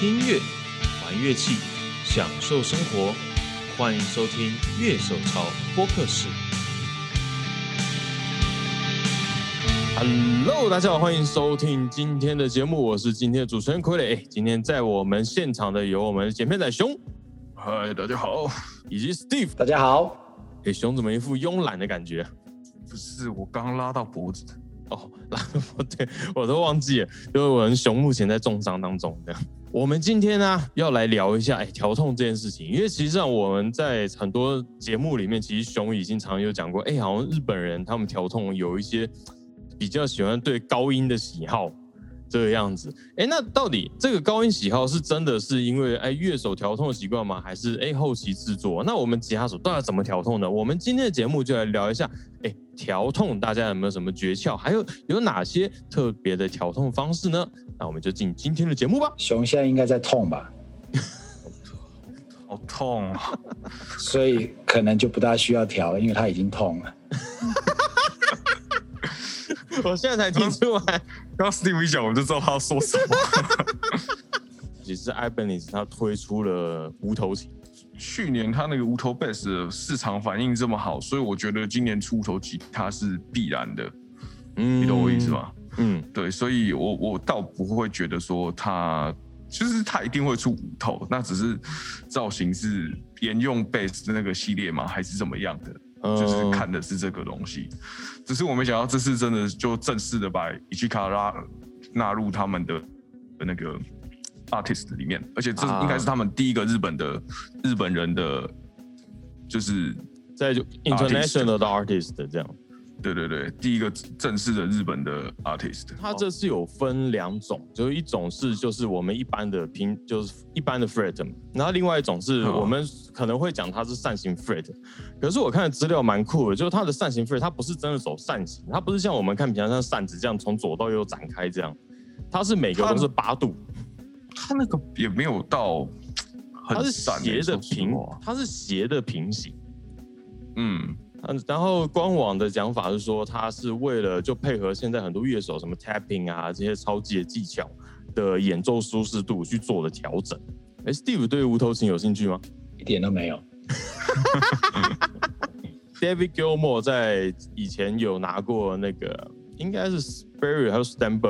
听音乐，玩乐器，享受生活，欢迎收听乐手潮播客室。Hello， 大家好，欢迎收听今天的节目，我是今天的主持人傀儡。今天在我们现场的有我们的剪片仔熊， 嗨，大家好， 以及 Steve， 大家好。 熊怎么一副慵懒的感觉？ 不是，我刚拉到脖子。 哦，对，我都忘记了，就是我们熊目前在重伤当中。这样，我们今天呢要来聊一下调痛这件事情，因为其实上我们在很多节目里面，其实熊已经常有讲过，好像日本人他们调痛有一些比较喜欢对高音的喜好。这个样子，那到底这个高音喜好是真的是因为乐手调痛的习惯吗？还是后期制作？那我们吉他手到底怎么调痛呢？我们今天的节目就来聊一下，调痛大家有没有什么诀窍？还有哪些特别的调痛方式呢？那我们就进今天的节目吧。 熊现在应该在痛吧？ 好痛啊！ 所以可能就不大需要调了，因为他已经痛了。 我现在才听出来， 刚刚 Steve 一讲，我就知道他要说什么。 其实 Ibanez 他推出了无头琴， 去年他那个无头 bass 的市场反应这么好，所以我觉得今年出无头吉他是必然的。你懂我意思吗？对，所以我倒不会觉得说他就是他一定会出无头，那只是造型是沿用 bass 的那个系列吗？还是怎么样的？就是看的是这个东西，只是我没想到这次真的就正式的把伊奇卡纳入他们的那个 artist 里面，而且这应该是他们第一个日本人的，就是在 international 的 artist 这样。 对，第一个正式的日本的 artist。 它这次有分两种，就是一种是就是我们一般的就是一般的 fret， 然后另外一种是我们可能会讲它是扇形 fret。可是我看的资料蛮酷的，就是它的扇形 fret， 它不是真的走扇形，它不是像我们看平常像扇子这样从左到右展开这样，它是每个都是8度。 它那个也没有到很散， 它是斜的平行。然后官网的讲法是说，它是为了就配合现在很多乐手什么 tapping 啊这些超级的技巧的演奏舒适度去做的调整。Steve 对无头琴有兴趣吗？ 一点都没有。 David Gilmour 在以前有拿过那个应该是 Sperry 还有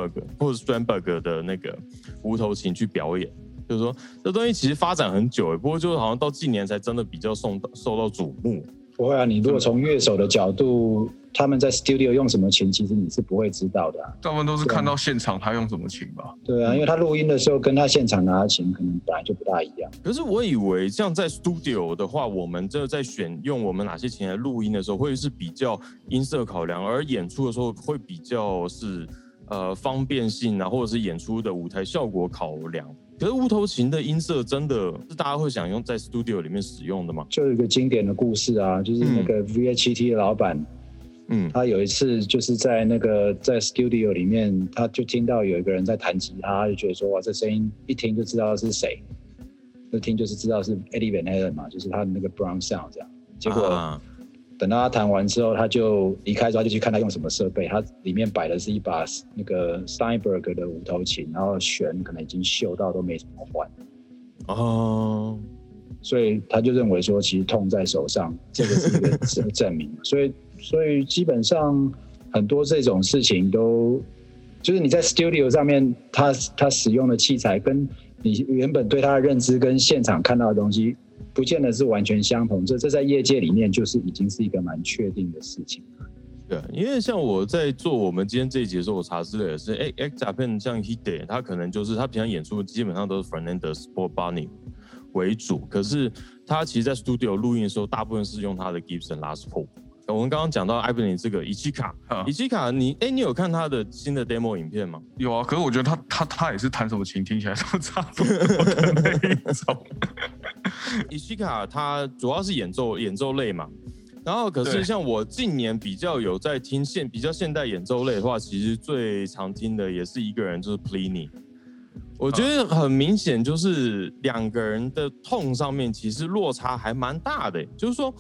Steinberg 的那个无头琴去表演，就是说这东西其实发展很久，不过就好像到近年才真的比较受到瞩目。 不会啊，你如果从乐手的角度，他们在 studio 用什么琴，其实你是不会知道的啊。 大部分都是看到现场他用什么琴吧。 对啊，因为他录音的时候跟他现场拿的琴可能本来就不大一样。 可是我以为像在 studio 的话，我们这在选用我们哪些琴来录音的时候，会是比较音色考量，而演出的时候会比较是方便性啊，或者是演出的舞台效果考量。可是无头琴的音色真的是大家会想用在 studio 里面使用的吗？ 就有一个经典的故事啊，就是那个 VHT 的老板，他有一次就是在在 studio 里面，他就听到有一个人在弹吉他，他就觉得说哇，这声音一听就知道是谁，一听就是知道是 Eddie Van Halen 嘛，就是他的那个 Brown Sound 这样。结果等到他弹完之后，他就离开之后，他就去看他用什么设备。他里面摆的是一把那个 Steinberg 的无头琴，然后弦可能已经锈到都没怎么换。所以他就认为说，其实痛在手上，这个是一个证明。所以基本上很多这种事情都，就是你在 studio 上面，他使用的器材跟你原本对他的认知跟现场看到的东西，不见得是完全相同，这在业界里面就是已经是一个蛮确定的事情。 对，因为像我在做我们今天这一集的时候，我查资料也是，X 片像 Hide， 他可能就是他平常演出基本上都是 Fernandez Sport Bunny 为主，可是他其实在 studio 录音的时候，大部分是用他的 Gibson Les Paul。我们刚刚讲到 Ibanez 这个伊奇卡，你有看他的新的 demo 影片吗？ 有啊，可是我觉得他也是弹什么琴听起来都差不多的那一种。 伊奇卡他主要是演奏类嘛，然后可是像我近年比较有在听比较现代演奏类的话，其实最常听的也是一个人，就是 Plini。我觉得很明显，就是两个人的痛上面其实落差还蛮大的，就是说。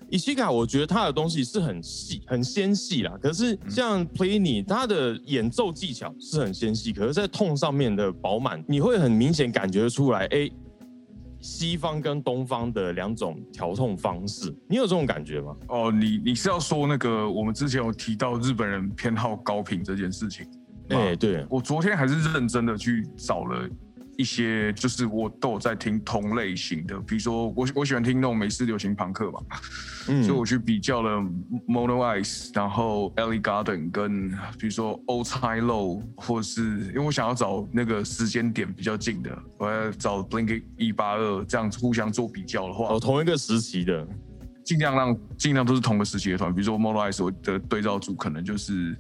伊西卡我觉得他的东西是很细很纤细啦，可是像 Pliny 他的演奏技巧是很纤细，可是在痛上面的饱满，你会很明显感觉出来，西方跟东方的两种调痛方式，你有这种感觉吗？ 哦，你是要说那个我们之前有提到日本人偏好高频这件事情？ 对， 我昨天还是认真的去找了一些，就是我都有在听同类型的，比如说我喜欢听那种美式流行朋克嘛，所以我去比较了 Mono Eyes， 然后 Ellie Goulding 跟比如说 Old Time Low， 或是因为我想要找那个时间点比较近的，我要找 Blink-182这样互相做比较的话， 同一个时期的。 尽量都是同个时期的团，比如说 Mono Eyes 我的对照组可能就是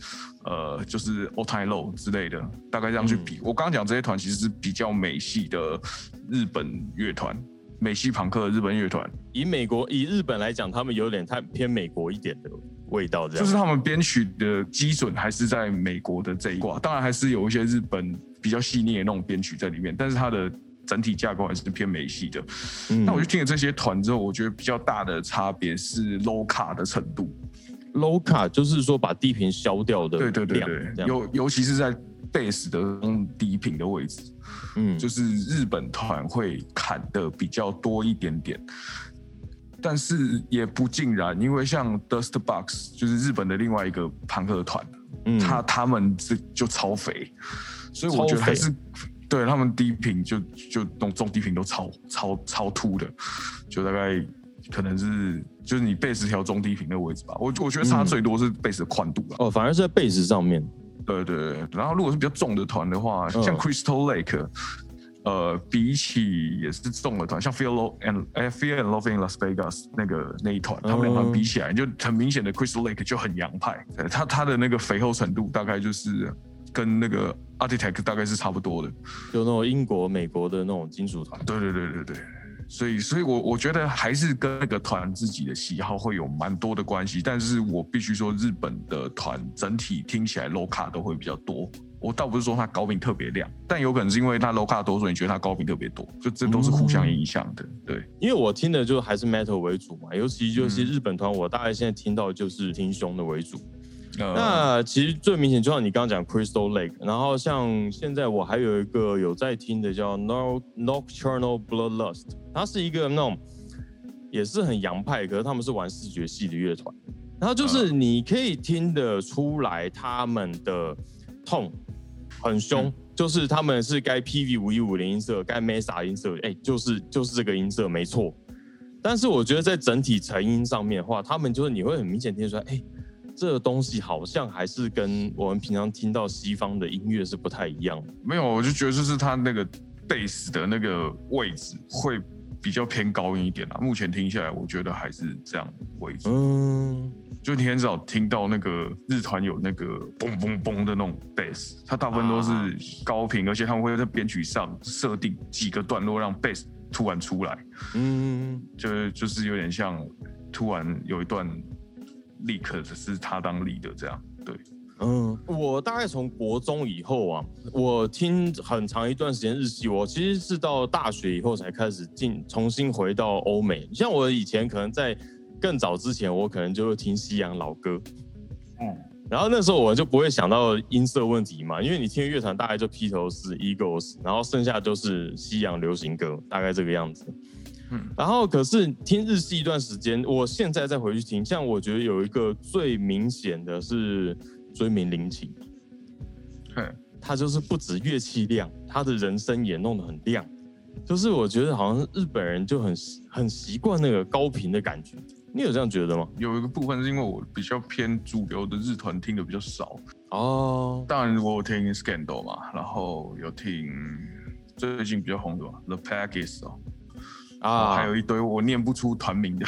Old Time Low 之类的，大概这样去比。我刚刚讲这些团其实是比较美系的日本乐团，美系朋克的日本乐团。 以日本来讲，他们有点太偏美国一点的味道，这样。 就是他们编曲的基准还是在美国的这一挂，当然还是有一些日本比较细腻的那种编曲在里面，但是它的整体架构还是偏美系的。那我就听了这些团之后，我觉得比较大的差别是 low 卡的程度。 low 卡就是说把低频消掉的量， 对，尤其是在贝斯的低频的位置，就是日本团会砍的比较多一点点，但是也不尽然，因为像 Dust Box 就是日本的另外一个朋克团，他们就超肥，所以我觉得还是。对，他们低频就那种中低频都超凸的，就大概可能是就是你贝斯调中低频的位置吧。我觉得差最多是贝斯的宽度吧。 反而是在贝斯上面。 对，然后如果是比较重的团的话，像 Crystal Lake，比起也是重的团，像 Fear and Love in Las Vegas 那一团，他们两团比起来，就很明显的 Crystal Lake 就很洋派，他的那个肥厚程度大概就是跟那个 Architect 大概是差不多的， 就那种英国、美国的那种金属团。 对，所以我觉得还是跟那个团自己的喜好会有蛮多的关系，但是我必须说日本的团整体听起来 low 卡都会比较多。我倒不是说它高频特别亮，但有可能是因为它 low 卡多，所以你觉得它高频特别多，就这都是互相影响的。对， 因为我听的就还是 metal 为主嘛，尤其就是日本团，我大概现在听到就是听凶的为主。那其实最明显就像你刚刚讲 Crystal Lake， 然后像现在我还有一个有在听的叫 Nocturnal Bloodlust， 它是一个那种也是很洋派，可是他们是玩视觉系的乐团，然后就是你可以听得出来他们的痛很凶，就是他们是该 PV515的音色，该 Mesa 音色，就是这个音色没错。但是我觉得在整体成音上面的话，他们就是你会很明显听出来，这个东西好像还是跟我们平常听到西方的音乐是不太一样的。 没有，我就觉得就是他那个贝斯的那个位置会比较偏高音一点啦。目前听下来，我觉得还是这样为主。就你很少听到那个日团有那个嘣嘣嘣的那种贝斯，它大部分都是高频，而且他们会在编曲上设定几个段落让贝斯突然出来。就是有点像突然有一段。leak 是他当 lead 的这样，对， 我大概从国中以后啊，我听很长一段时间日系，我其实是到大学以后才开始重新回到欧美。像我以前可能在更早之前，我可能就会听西洋老歌，然后那时候我就不会想到音色问题嘛，因为你听乐团大概就披头士、Eagles， 然后剩下就是西洋流行歌，大概这个样子。然后可是听日系一段时间，我现在再回去听，像我觉得有一个最明显的是追名林檎，他就是不止乐器亮，他的人声也弄得很亮，就是我觉得好像日本人就很习惯那个高频的感觉。你有这样觉得吗？ 有一个部分是因为我比较偏主流的日团听的比较少当然我有听 Scandal 嘛，然后有听最近比较红的嘛 The Packers 还有一堆我念不出团名的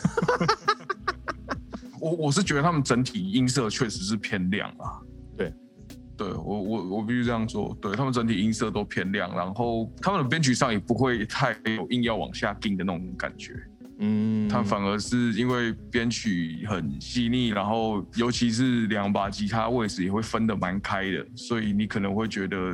我是觉得他们整体音色确实是偏亮啊。对，我必须这样说，对，他们整体音色都偏亮，然后他们的编曲上也不会太有硬要往下盯的那种感觉。他们反而是因为编曲很细腻，然后尤其是两把吉他位置也会分得蛮开的，所以你可能会觉得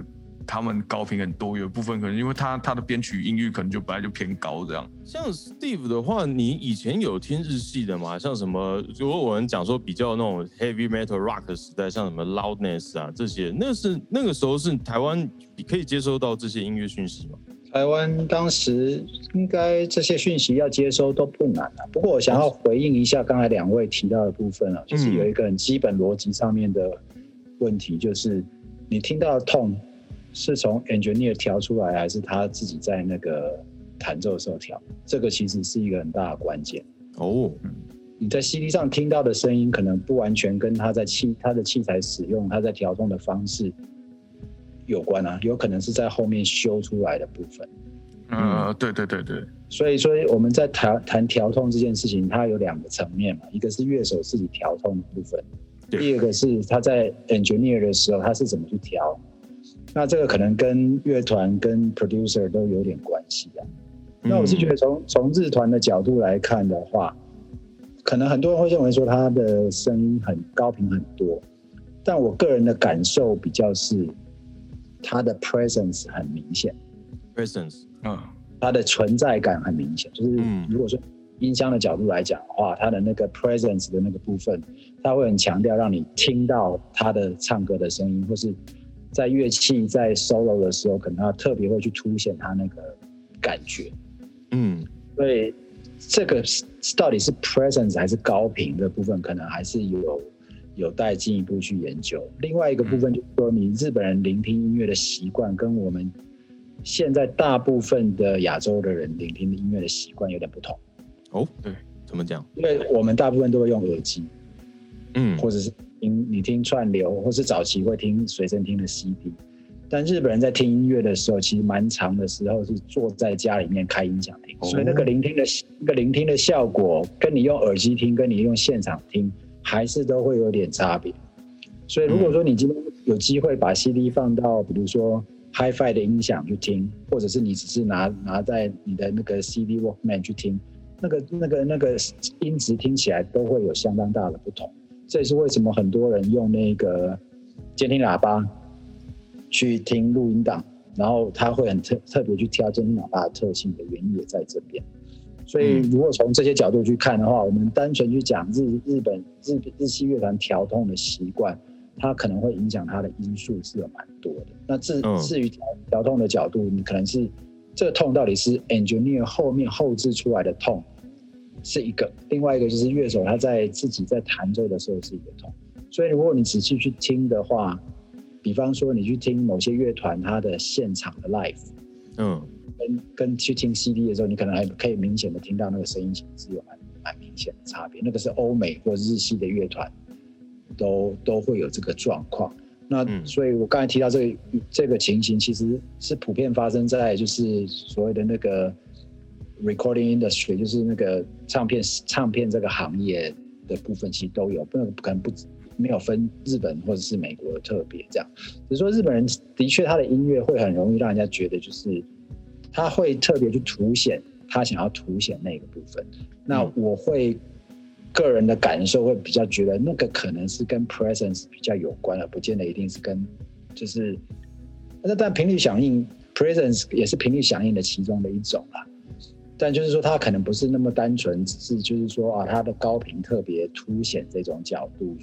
他们高频很多，有部分可能因为他的编曲音域可能就本来就偏高这样。 像 Steve 的话，你以前有听日系的吗？像什么，如果我们讲说比较那种 heavy metal rock 的时代，像什么 Loudness 啊这些，那个时候是台湾可以接收到这些音乐讯息吗？ 台湾当时应该这些讯息要接收都不难啊。不过我想要回应一下刚才两位提到的部分啊，就是有一个很基本逻辑上面的问题，就是你听到的 tone 是从 engineer 调出来，还是他自己在那个弹奏的时候调？这个其实是一个很大的关键哦。你在 CD 上听到的声音，可能不完全跟他的器材使用、他在调动的方式有关啊，有可能是在后面修出来的部分。 对。 所以我们在谈调痛这件事情，它有两个层面嘛，一个是乐手自己调痛的部分，第二个是他在 engineer 的时候他是怎么去调。那这个可能跟乐团跟 producer 都有点关系啊。那我是觉得从日团的角度来看的话，可能很多人会认为说他的声音很高频很多，但我个人的感受比较是他的 presence 很明显 ，presence， 他的存在感很明显。就是如果说音箱的角度来讲的话，他的那个 presence 的那个部分，他会很强调让你听到他的唱歌的声音，或是在乐器在 solo 的时候，可能他特别会去凸显他那个感觉。所以这个到底是 presence 还是高频的部分，可能还是有待进一步去研究。另外一个部分就是说，你日本人聆听音乐的习惯跟我们现在大部分的亚洲的人聆听音乐的习惯有点不同。 哦，对，怎么讲？ 因为我们大部分都会用耳机，或者是你听串流，或是早期会听随身听的 CD。但日本人在听音乐的时候，其实蛮长的时候是坐在家里面开音响听，所以那个聆听的效果，跟你用耳机听，跟你用现场听，还是都会有点差别。所以如果说你今天有机会把 CD 放到比如说 Hi-Fi 的音响去听，或者是你只是拿在你的那个 CD Walkman 去听，那个音质听起来都会有相当大的不同。这也是为什么很多人用那个监听喇叭去听录音档，然后他会很特别去挑监听喇叭的特性的原因也在这边。所以如果从这些角度去看的话，我们单纯去讲日系乐团调痛的习惯，它可能会影响它的因素是有蛮多的。那至于调痛的角度，你可能是这个痛到底是 engineer 后置出来的痛是一个，另外一个就是乐手他自己在弹奏的时候是一个痛。所以如果你仔细去听的话，比方说你去听某些乐团它的现场的 live，跟去听 CD 的时候，你可能还可以明显的听到那个声音是有蛮明显的差别。那个是欧美或日系的乐团都会有这个状况。那所以我刚才提到这个情形，其实是普遍发生在就是所谓的那个 recording industry， 就是那个唱片这个行业的部分，其实都有，可能没有分日本或者是美国的特别这样。只是说日本人的确他的音乐会很容易让人家觉得就是他会特别去凸显他想要凸显那个部分。那我会个人的感受会比较觉得那个可能是跟 presence 比较有关了，不见得一定是跟就是但频率响应 presence 也是频率响应的其中的一种啦。但就是说它可能不是那么单纯，只是就是说啊，它的高频特别凸显这种角度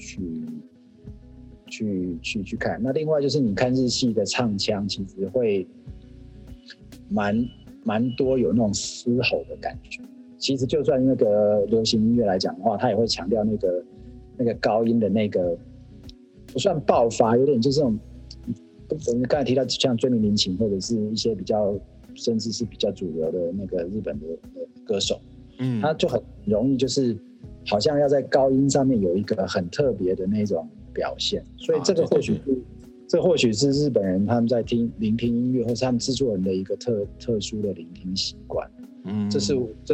去看。那另外就是你看日系的唱腔，其实会蛮多有那种嘶吼的感觉。其实就算那个流行音乐来讲的话，它也会强调那个高音的那个不算爆发，有点就是这种我们刚才提到像追名林檎或者是一些比较甚至是比较主流的那个日本的歌手，他就很容易就是好像要在高音上面有一个很特别的那种表现，所以这个或许是日本人他们在聆听音乐或是他们制作人的一个特殊的聆听习惯。这是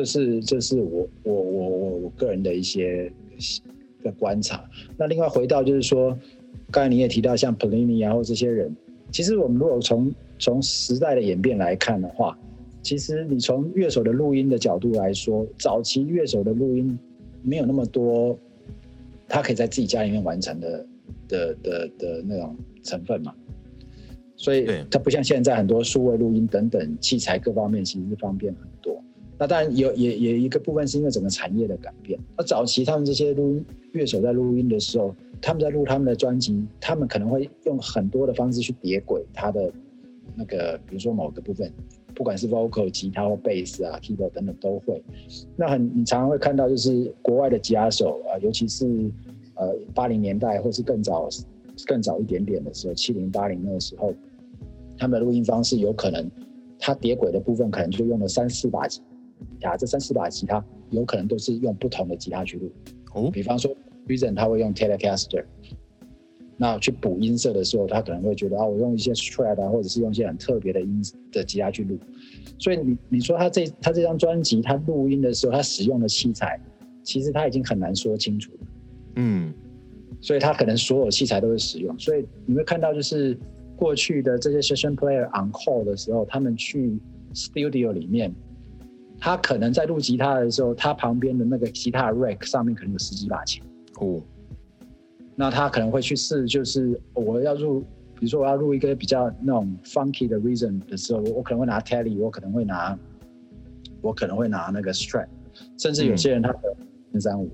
我个人的一些的观察。那另外回到就是说，刚才你也提到像 Polini 啊或这些人，其实我们如果从时代的演变来看的话，其实你从乐手的录音的角度来说，早期乐手的录音没有那么多他可以在自己家里面完成的那种成分嘛。 所以它不像现在很多数位录音等等器材各方面其实是方便很多。那当然也一个部分是因为整个产业的改变。那早期他们这些乐手在录音的时候，他们在录他们的专辑，他们可能会用很多的方式去叠轨他的那个，比如说某个部分，不管是 vocal、吉他或 bass 啊、keyboard 等等都会。那你常常会看到就是国外的吉他手尤其是80年代或是更早一点点的时候，70、80那个时候，他们的录音方式有可能他叠轨的部分可能就用了3、4把吉他，这3、4把吉他有可能都是用不同的吉他去录。比方说 Reason 他会用 Telecaster， 那去补音色的时候，他可能会觉得我用一些 Strat 或者是用一些很特别的音的吉他去录。所以你说他这张专辑他录音的时候，他使用的器材，其实他已经很难说清楚了。所以他可能所有器材都会使用，所以你会看到就是过去的这些 session player on call 的时候，他们去 studio 里面，他可能在录吉他的时候，他旁边的那个吉他 rack 上面可能有10几把琴。那他可能会去试，就是我要录，比如说我要录一个比较那种 funky 的 rhythm 的时候，我可能会拿 Tele， 我可能会拿那个 Strat， 甚至有些人他的335。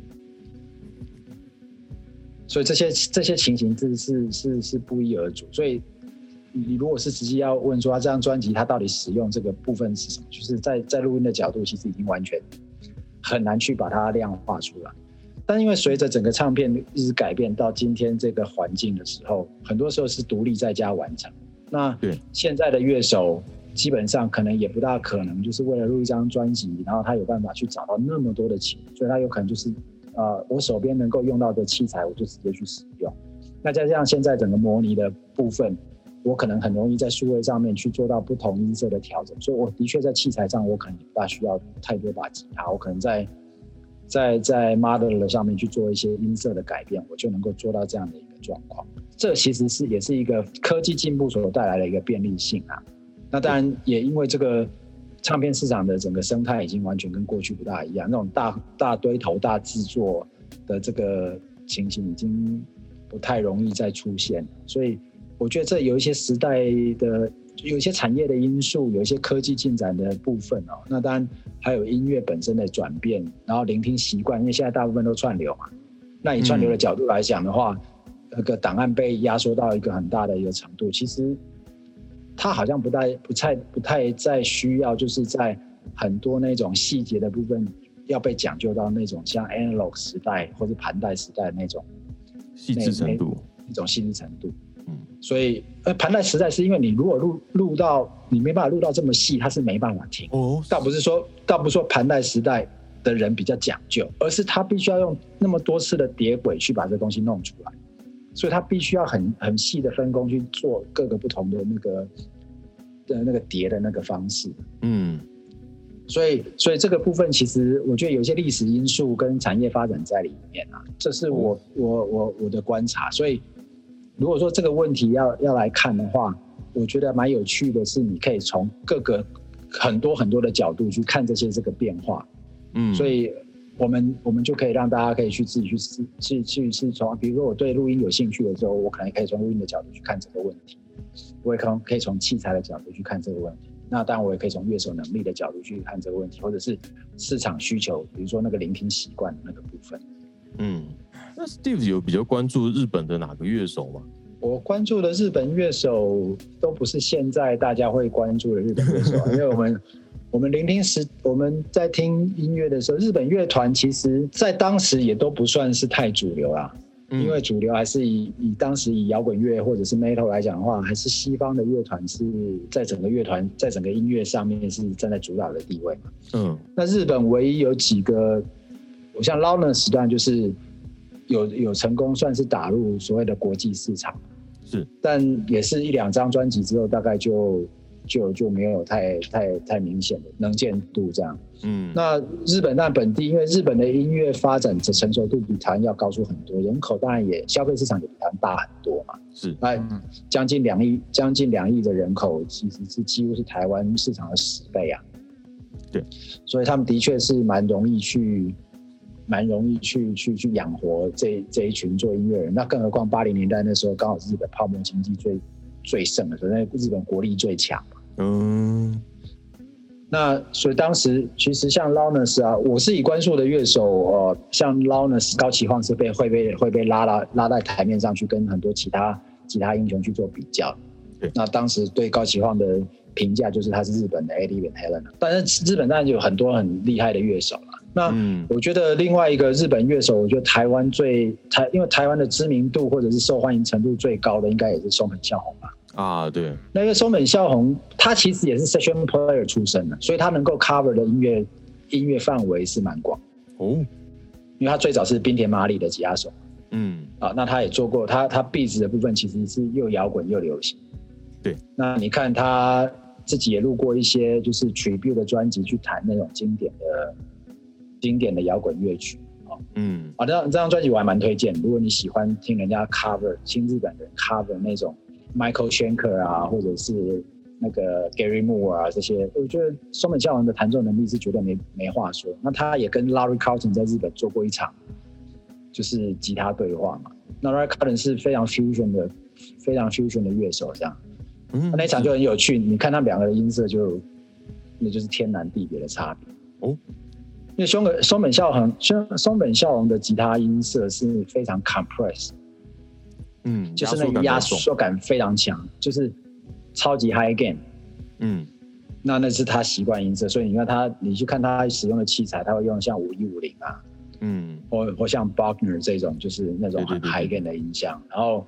所以这些情形是不一而足。所以你如果是直接要问说他这张专辑他到底使用这个部分是什么，就是在录音的角度其实已经完全很难去把它量化出来。但因为随着整个唱片一直改变到今天这个环境的时候，很多时候是独立在家完成。那现在的乐手基本上可能也不大可能就是为了录一张专辑，然后他有办法去找到那么多的琴，所以他有可能就是我手边能够用到的器材我就直接去使用。那再加上现在整个模拟的部分，我可能很容易在数位上面去做到不同音色的调整，所以我的确在器材上我可能也不大需要太多把吉他，我可能在 Modeler 上面去做一些音色的改变，我就能够做到这样的一个状况。这其实也是一个科技进步所带来的一个便利性啊。那当然也因为这个唱片市场的整个生态已经完全跟过去不大一样，那种大堆头大制作的这个情形已经不太容易再出现，所以我觉得这有一些时代的，有一些产业的因素，有一些科技进展的部分那当然还有音乐本身的转变，然后聆听习惯，因为现在大部分都串流嘛。那以串流的角度来讲的话，那个档案被压缩到一个很大的一个程度，其实它好像不太再需要，就是在很多那种细节的部分要被讲究到那种像 analog 时代或是盘带时代的那种细致程度， 一种细致程度。所以盘带时代是因为你如果录到你没办法录到这么细，它是没办法听。倒不是说盘带时代的人比较讲究，而是他必须要用那么多次的叠轨去把这东西弄出来，所以他必须要很细的分工去做各个不同的那个叠的那个方式。所以这个部分其实我觉得有些历史因素跟产业发展在里面啊，这是我的观察。所以如果说这个问题要来看的话，我觉得蛮有趣的是，你可以从各个很多的角度去看这个变化。所以我们就可以让大家可以去自己去从，比如说我对录音有兴趣的时候，我可能可以从录音的角度去看这个问题，我也可以从器材的角度去看这个问题。那当然我也可以从乐手能力的角度去看这个问题，或者是市场需求，比如说那个聆听习惯的那个部分。 那 Steve 有比较关注日本的哪个乐手吗？ 我关注的日本乐手都不是现在大家会关注的日本乐手因为我们聆听我们在听音乐的时候，日本乐团其实在当时也都不算是太主流啦。因为主流还是当时以摇滚乐或者是 metal 来讲的话，还是西方的乐团是在整个乐团在整个音乐上面是站在主导的地位嘛。那日本唯一有几个，我像 Loudness 时段就是有成功算是打入所谓的国际市场，但也是1、2张专辑之后，大概就没有太明显的能见度这样。那日本本地，因为日本的音乐发展的成熟度比台湾要高出很多，人口当然也消费市场也比台湾大很多嘛。将近2亿的人口，其实是几乎是台湾市场的10倍啊。 对， 所以他们的确是蛮容易去养活这一群做音乐人。那更何况80年代那时候刚好是日本泡沫经济最盛的时候，那日本国力最强嘛。那所以当时其实像 Lowness 啊，我是以关数的乐手，像 Lowness 高崎晃是会被拉在台面上去跟很多其他英雄去做比较。那当时对高崎晃的评价就是他是日本的 Eddie Van Halen， 但是日本当然有很多很厉害的乐手啦。那我觉得另外一个日本乐手，我觉得台湾因为台湾的知名度或者是受欢迎程度最高的，应该也是松本孝宏吧。 对， 那个松本孝宏，他其实也是 session player 出身的，所以他能够 cover 的音乐范围是蛮广因为他最早是滨田麻里的吉他手，那他也做过他 beats 的部分其实是又摇滚又流行， 对。那你看他自己也录过一些就是 tribute 的专辑，去弹那种经典的摇滚乐曲，这张专辑我还蛮推荐，如果你喜欢听人家 cover 新日本人 cover 那种。Michael Schenker 啊，或者是那个 Gary Moore 啊，这些，我觉得松本孝宏的弹奏能力是绝对没话说。那他也跟 Larry Carlton 在日本做过一场，就是吉他对话嘛。那 Larry Carlton 是非常 fusion 的乐手，这样。那一场就很有趣，你看他们两个的音色那就是天南地别的差别。因为松本孝宏的吉他音色是非常 compressed。就是那个压缩感非常强，就是超级 high gain。那是他习惯音色，所以你去看他使用的器材，他会用像5150啊，或像 Bogner 这种，就是那种很 high gain 的音箱。然后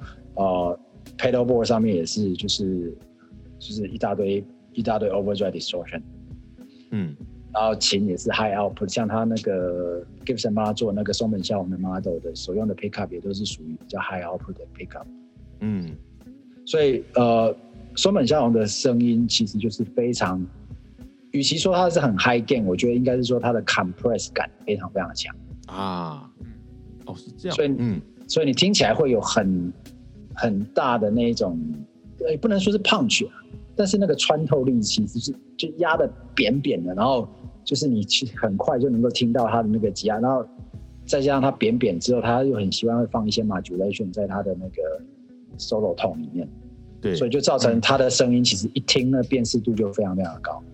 pedal board 上面也是就是一大堆 overdrive distortion。然后琴也是 high output， 像他那个 Gibson 帮他做那个松本孝宏的 model 的所用的 pickup 也都是属于比较 high output 的 pickup。所以松本孝宏的声音其实就是非常，与其说他是很 high gain， 我觉得应该是说他的 compress 感非常非常强是这样。 所以你听起来会有很大的那种，不能说是 punch，但是那个穿透力其实是就压得扁扁的，然后就是你很快就能够听到他的那个吉他，然后再加上他扁扁之后，他又很喜欢会放一些 modulation 在他的那个 solo tone 里面，对，所以就造成他的声音其实一听那辨识度就非常非常的高。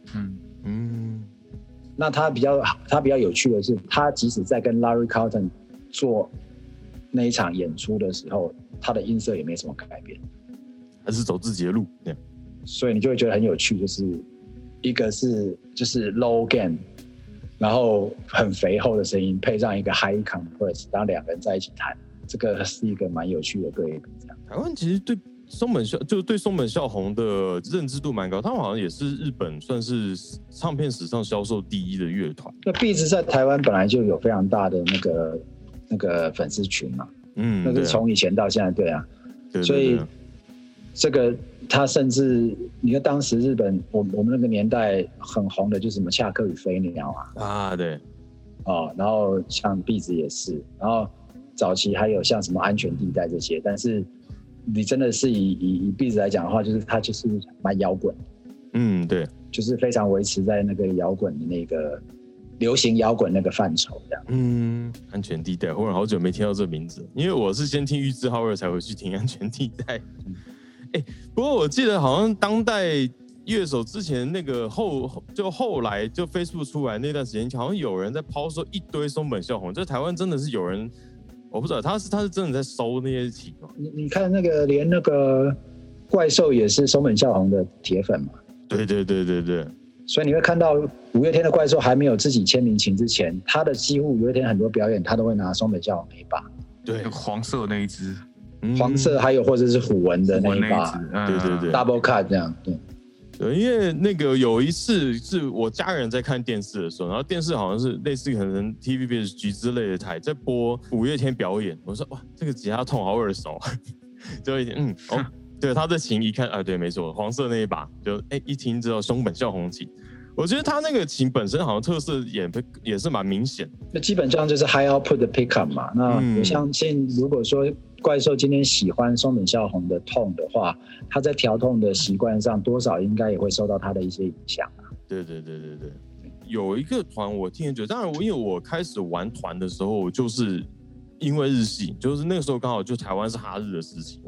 那他比较有趣的是，他即使在跟 Larry Carlton 做那一场演出的时候，他的音色也没什么改变， 还是走自己的路。 所以你就会觉得很有趣，就是一个是就是 low gain， 然后很肥厚的声音，配上一个 high compress， 然后两个人在一起弹，这个是一个蛮有趣的对比。 台湾其实对松本孝宏的认知度蛮高，他们好像也是日本算是唱片史上销售第一的乐团。 那 Beats 在台湾本来就有非常大的那个粉丝群嘛，那是从以前到现在，对啊，所以这个他甚至你看当时日本我们那个年代很红的就是什么恰克与飞鸟对然后像 Beats 也是，然后早期还有像什么安全地带这些，但是你真的是以 Beats 来讲的话，就是它就是蛮摇滚， 对， 就是非常维持在那个摇滚的那个流行摇滚那个范畴这样。 安全地带，我好久没听到这名字，因为我是先听玉置浩二才回去听安全地带。不过我记得好像当代乐手之前那个后来就 Facebook 出来那段时间，好像有人在抛售一堆松本孝宏，在台湾真的是有人，我不知道他是真的在收那些琴吗？ 你看那个连那个怪兽也是松本孝宏的铁粉嘛？ 对。 所以你会看到五月天的怪兽还没有自己签名琴之前，他的几乎五月天很多表演他都会拿松本孝宏那一把， 对，黄色那一支。 黄色还有或者是虎纹的那一把， 对 ，double cut 这样， 对，因为那个有一次是我家人在看电视的时候，然后电视好像是类似可能 TVBS 之类的台在播五月天表演，我说哇，这个吉他痛好耳熟，就一点对，他的琴一看对，没错，黄色那一把，就一听知道松本孝宏琴。我觉得他那个琴本身好像特色也是蛮明显， 那基本上就是 high output 的 pickup 嘛。那我相信，如果说怪兽今天喜欢松本孝宏的痛的话，他在调痛的习惯上多少应该也会受到他的一些影响对，有一个团我听很久，当然因为我开始玩团的时候，就是因为日系，就是那个时候刚好就台湾是哈日的事情嘛。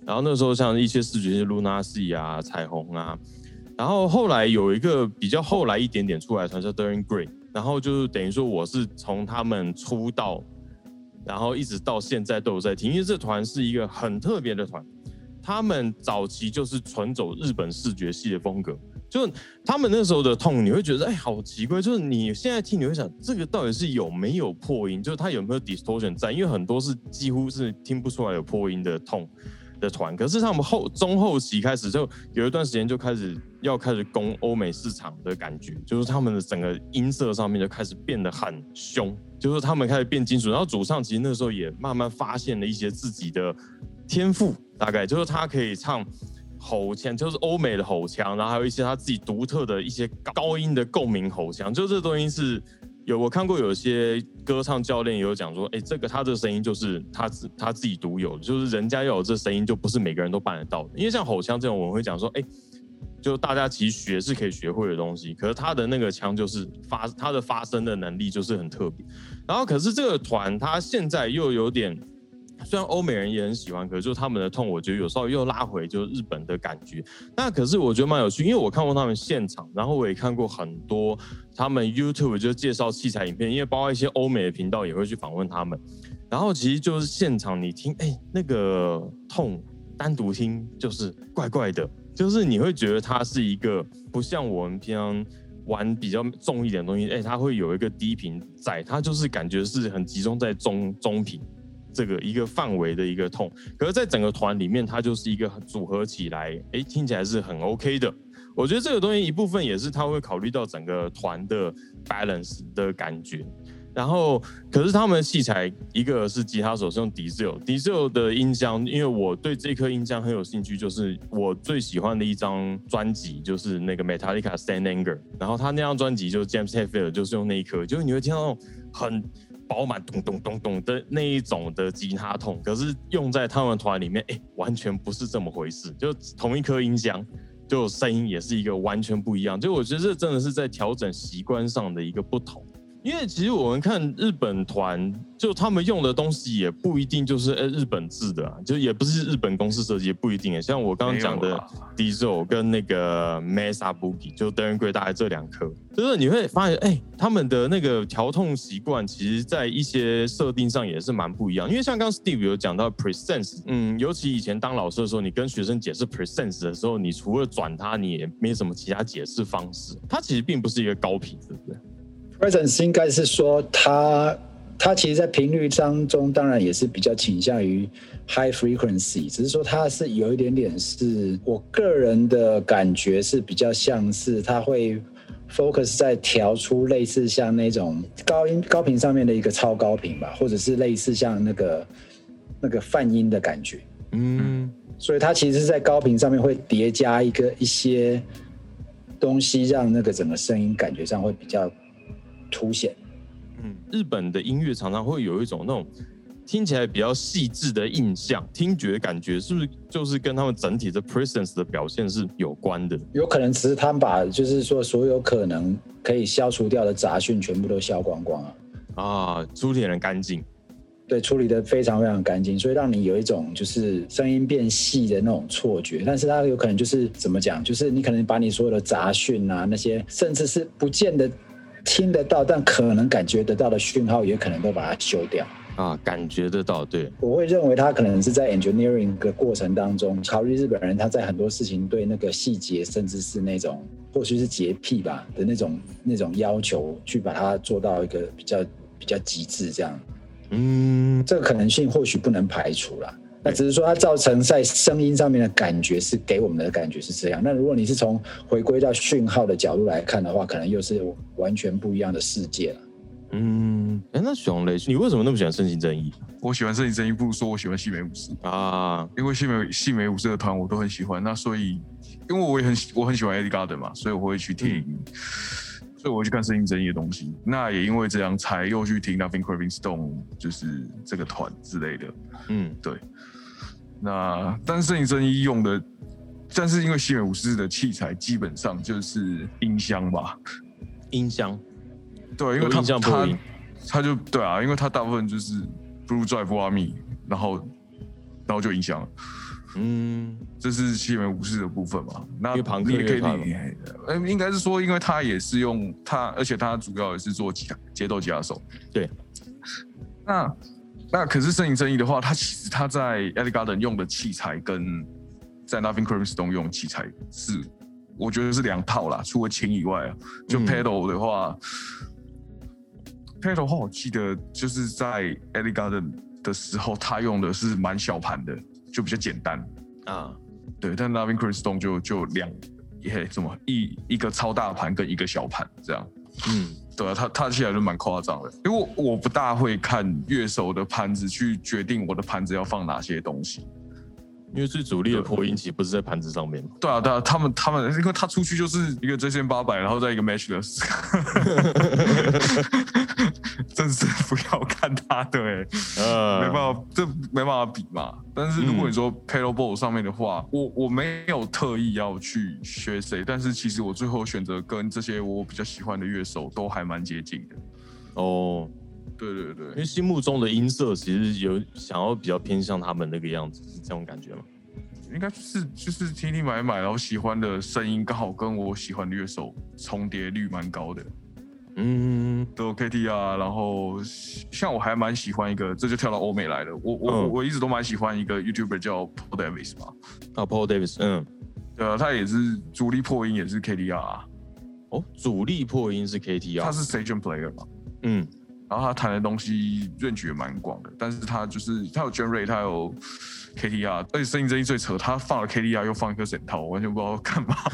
然后那时候像一些视觉是 Lunacy 啊、彩虹啊，然后后来有一个比较后来一点点出来的团叫 Dorian Gray， 然后就是等于说我是从他们出道，然后一直到现在都有在听，因为这团是一个很特别的团，他们早期就是纯走日本视觉系的风格。就他们那时候的痛，你会觉得好奇怪，就是你现在听你会想，这个到底是有没有破音，就是它有没有 distortion 在？因为很多是几乎是听不出来有破音的痛的团，可是他们中后期开始就有一段时间就开始攻欧美市场的感觉，就是他们的整个音色上面就开始变得很凶，就是他们开始变金属，然后主唱其实那时候也慢慢发现了一些自己的天赋，大概就是他可以唱吼腔，就是欧美的吼腔，然后还有一些他自己独特的一些高音的共鸣吼腔，就这东西是我看过有些歌唱教练也有讲说，他这个声音就是他自己独有的，就是人家要有这声音就不是每个人都办得到的，因为像吼腔这种我们会讲说，就大家其实学是可以学会的东西，可是他的那个腔就是他的发声的能力就是很特别，然后可是这个团他现在又有点。虽然欧美人也很喜欢，可是就他们的痛，我觉得有时候又拉回就是日本的感觉。那可是我觉得蛮有趣，因为我看过他们现场，然后我也看过很多他们 YouTube 就介绍器材影片，因为包括一些欧美的频道也会去访问他们。然后其实就是现场你听，那个痛单独听就是怪怪的，就是你会觉得它是一个不像我们平常玩比较重一点的东西，它会有一个低频在，它就是感觉是很集中在中频。这个一个范围的一个痛，可是在整个团里面，它就是一个组合起来，听起来是很 OK 的。我觉得这个东西一部分也是他会考虑到整个团的 balance 的感觉。然后，可是他们的器材，一个是吉他手是用 Diesel 的音箱，因为我对这颗音箱很有兴趣，就是我最喜欢的一张专辑就是那个 Metallica Stand Anger， 然后他那张专辑就是 James Hetfield 就是用那一颗，就是你会听到那种很饱满咚咚咚咚的那一种的吉他痛，可是用在他们团里面，完全不是这么回事。就同一颗音箱，就声音也是一个完全不一样。就我觉得这真的是在调整习惯上的一个不同。因为其实我们看日本团，就他们用的东西也不一定就是日本制的啊，就也不是日本公司设计，也不一定。像我刚刚讲的 Diesel 跟那个 Mesa Boogie， 就 Dorian Gray 大概这两颗，就是你会发现，他们的那个调痛习惯，其实在一些设定上也是蛮不一样。因为像刚刚 Steve 有讲到 Presence， 尤其以前当老师的时候，你跟学生解释 Presence 的时候，你除了转它，你也没什么其他解释方式。它其实并不是一个高频，对不对 ？Presence 应该是说它其实在频率当中当然也是比较倾向于 high frequency， 只是说它是有一点点是我个人的感觉是比较像是它会 focus 在调出类似像那种高频上面的一个超高频吧，或者是类似像那个泛音的感觉。所以它其实是在高频上面会叠加一些东西，让那个整个声音感觉上会比较凸显。 日本的音乐常常会有一种那种听起来比较细致的印象，听觉感觉是不是就是跟他们整体的 presence 的表现是有关的？ 有可能只是他们把就是说所有可能可以消除掉的杂讯全部都消光光处理得干净。 对，处理得非常非常干净，所以让你有一种就是声音变细的那种错觉，但是它有可能就是怎么讲，就是你可能把你所有的杂讯啊那些，甚至是不见得听得到但可能感觉得到的讯号，也可能都把它修掉感觉得到。对，我会认为他可能是在 engineering 的过程当中，考虑日本人他在很多事情对那个细节，甚至是那种或许是洁癖吧的那种要求，去把它做到一个比较极致这样。这个可能性或许不能排除啦。那只是说它造成在声音上面的感觉是给我们的感觉是这样。那如果你是从回归到讯号的角度来看的话，可能又是完全不一样的世界了。 那熊雷，你为什么那么喜欢圣行正义？ 我喜欢圣行正义，不如说我喜欢细美武士因为细美武士的团我都很喜欢。那所以，因为我很喜欢 Eddie Garden 嘛，所以我会去听。所以我会去看圣行正义的东西，那也因为这样才又去听 Nothing Craving Stone， 就是这个团之类的。对。那但是圣行正义用的，但是因为西美武士的器材基本上就是音箱吧。 音箱。 对，因为他就对啊，因为他大部分就是 Blue Drive 挖密，然后就音箱了。 这是西门武士的部分嘛？那你也可以应该是说，因为他也是用他，而且他主要也是做节奏吉他手。 对， 那可是声影正义的话，其实他在 Ellie Goulding 用的器材跟在 Navin Crimstone 用的器材是，我觉得是2套啦，除了琴以外啊，就 pedal 的话。pedal 的话，我记得就是在 Ellie Goulding 的时候，他用的是蛮小盘的，就比较简单啊。对，但 Navin Crimstone 就一个超大盘跟一个小盘这样。对啊，他起来就蛮夸张的。因为我不大会看乐手的盘子去决定我的盘子要放哪些东西。 因为最主力的破音其实不是在盘子上面嘛。 对啊，他们，因为他出去就是一个 JCM800，然后再一个 Matchless， 真是不要看他的没办法比嘛。但是如果你说 Pedalboard 上面的话，我没有特意要去学谁，但是其实我最后选择跟这些我比较喜欢的乐手都还蛮接近的。哦。对， 因为心目中的音色其实有想要比较偏向他们那个样子，是这种感觉吗？ 应该就是听听买，然后喜欢的声音刚好跟我喜欢的乐手重叠率蛮高的。都有 KTR， 然后像我还蛮喜欢一个，这就跳到欧美来了。我一直都蛮喜欢一个 YouTuber 叫 Paul Davis 嘛。 Paul Davis， 对啊，他也是主力破音，也是 KTR。 哦，主力破音是 KTR， 他是 Session Player 嘛。然后他弹的东西range也蛮广的，但是他有 Gen-Ray， 他有 KTR， 而且声音正义最扯，他放了 KTR 又放一颗整套，我完全不知道干嘛。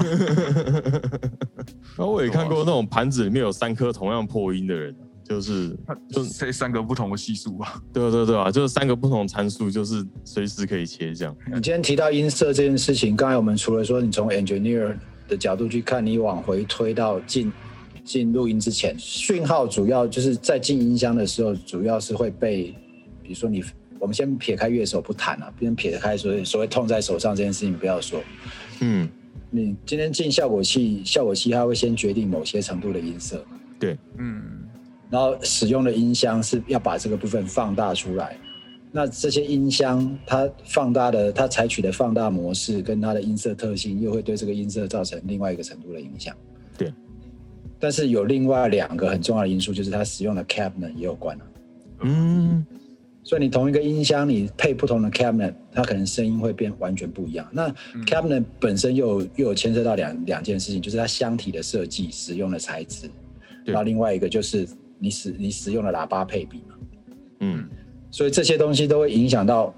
然后我也看过那种盘子里面有3颗同样破音的人，就 3个不同的系数吧。 对啊，就是3个不同参数，就是随时可以切这样。 你今天提到音色这件事情，刚才我们除了说你从 engineer 的角度去看，你往回推到进录音之前，讯号主要就是在进音箱的时候，主要是会被，比如说我们先撇开乐手不谈啊，先撇开所谓痛在手上这件事情不要说。你今天进效果器它会先决定某些程度的音色。 对， 然后使用的音箱是要把这个部分放大出来。那这些音箱它采取的放大模式跟它的音色特性，又会对这个音色造成另外一个程度的影响。 对。 但是有另外2个很重要的因素，就是它使用的 cabinet 也有关了。所以你同一个音箱，你配不同的 cabinet， 它可能声音会变完全不一样。那 cabinet 本身又有牵涉到两件事情，就是它箱体的设计、使用的材质，然后另外一个就是你使用的喇叭配比嘛。所以这些东西都会影响到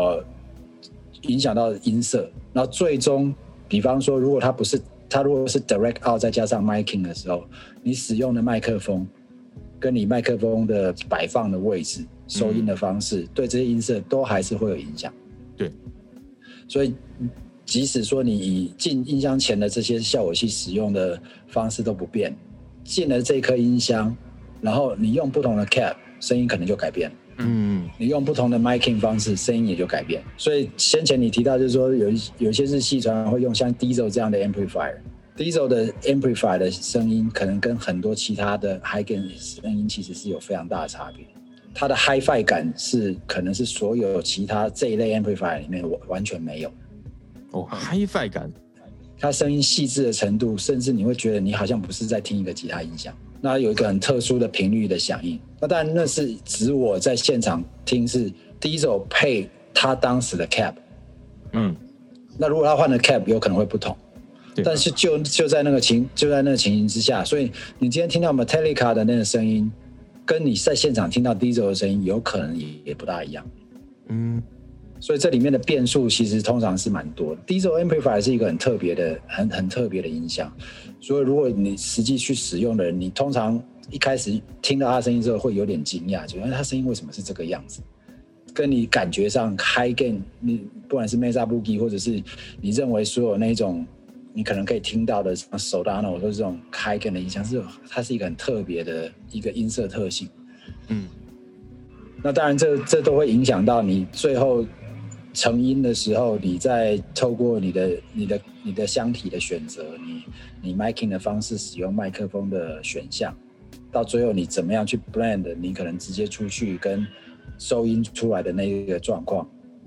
音色。然后最终，比方说，如果是 direct out 再加上 miking 的时候，你使用的麦克风跟你麦克风的摆放的位置、收音的方式，对这些音色都还是会有影响。 对， 所以即使说你以进音箱前的这些效果器使用的方式都不变，进了这颗音箱，然后你用不同的 cap， 声音可能就改变了。你用不同的 miking 方式，声音也就改变。所以先前你提到就是说有一些日系传会用像 Diesel 这样的 amplifier。Diesel 的 amplifier 的声音可能跟很多其他的 high gain 声音其实是有非常大的差别。它的 hi-fi 感可能是所有其他这一类 amplifier 里面完全没有。 hi-fi 感， 它声音细致的程度，甚至你会觉得你好像不是在听一个吉他音响。那有一个很特殊的频率的响应。那当然那是指我在现场听是 Diesel 配他当时的 cap。那如果他换了 cap 有可能会不同。但是就在那个情形之下，所以你今天听到 Metallica 的那个声音，跟你在现场听到 Diesel 的声音，有可能也不大一样。所以这里面的变数其实通常是蛮多的。Diesel amplifier 是一个很特别的音响，所以如果你实际去使用的人，你通常一开始听到他声音之后会有点惊讶，觉得他声音为什么是这个样子？跟你感觉上 high gain， 你不管是 Mesa Boogie 或者是你认为所有那种你可能可以听到的 Soldano 或者这种 high gain 的音箱，它是一个很特别的一个音色特性。那当然这都会影响到你最后成音的时候，你在透过你的箱体的选择，你 miking 的方式，使用麦克风的选项，到最后你怎么样去 blend， 你可能直接出去跟收音出来的那个状况，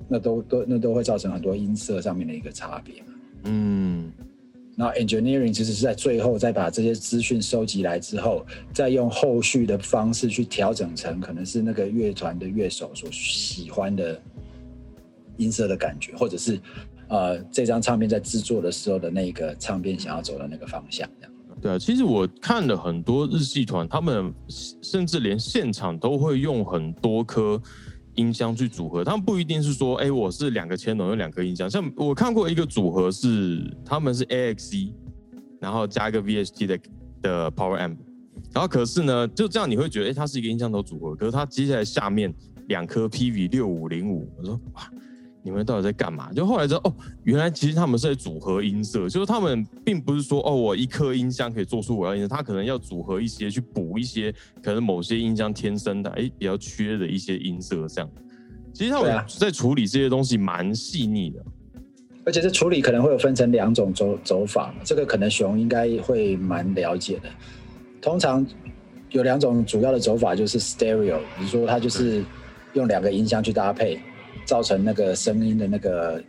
那都会造成很多音色上面的一个差别嘛。那 engineering 其实是在最后再把这些资讯收集来之后，再用后续的方式去调整成可能是那个乐团的乐手所喜欢的音色的感觉，或者是这张唱片在制作的时候的那个唱片想要走的那个方向这样。 对啊，其实我看了很多日系团，他们甚至连现场都会用很多颗音箱去组合，他们不一定是说，我是2个channel用2颗音箱。像我看过一个组合是，他们是 AXE， 然后加一个 VST 的 Power Amp， 然后可是呢，就这样你会觉得，它是一个音箱头组合，可是它接下来下面2颗 PV6505， 我说哇，你们到底在干嘛？就后来知道原来其实他们是在组合音色，就是他们并不是说我一颗音箱可以做出我要音色，他可能要组合一些去补一些可能某些音箱天生的比较缺的一些音色这样。其实他们在处理这些东西蛮细腻的， 而且这处理可能会有分成2种走法，这个可能熊应该会蛮了解的。通常有2种主要的走法，就是 stereo， 比如说它就是用2个音箱去搭配，造成那个声音的那个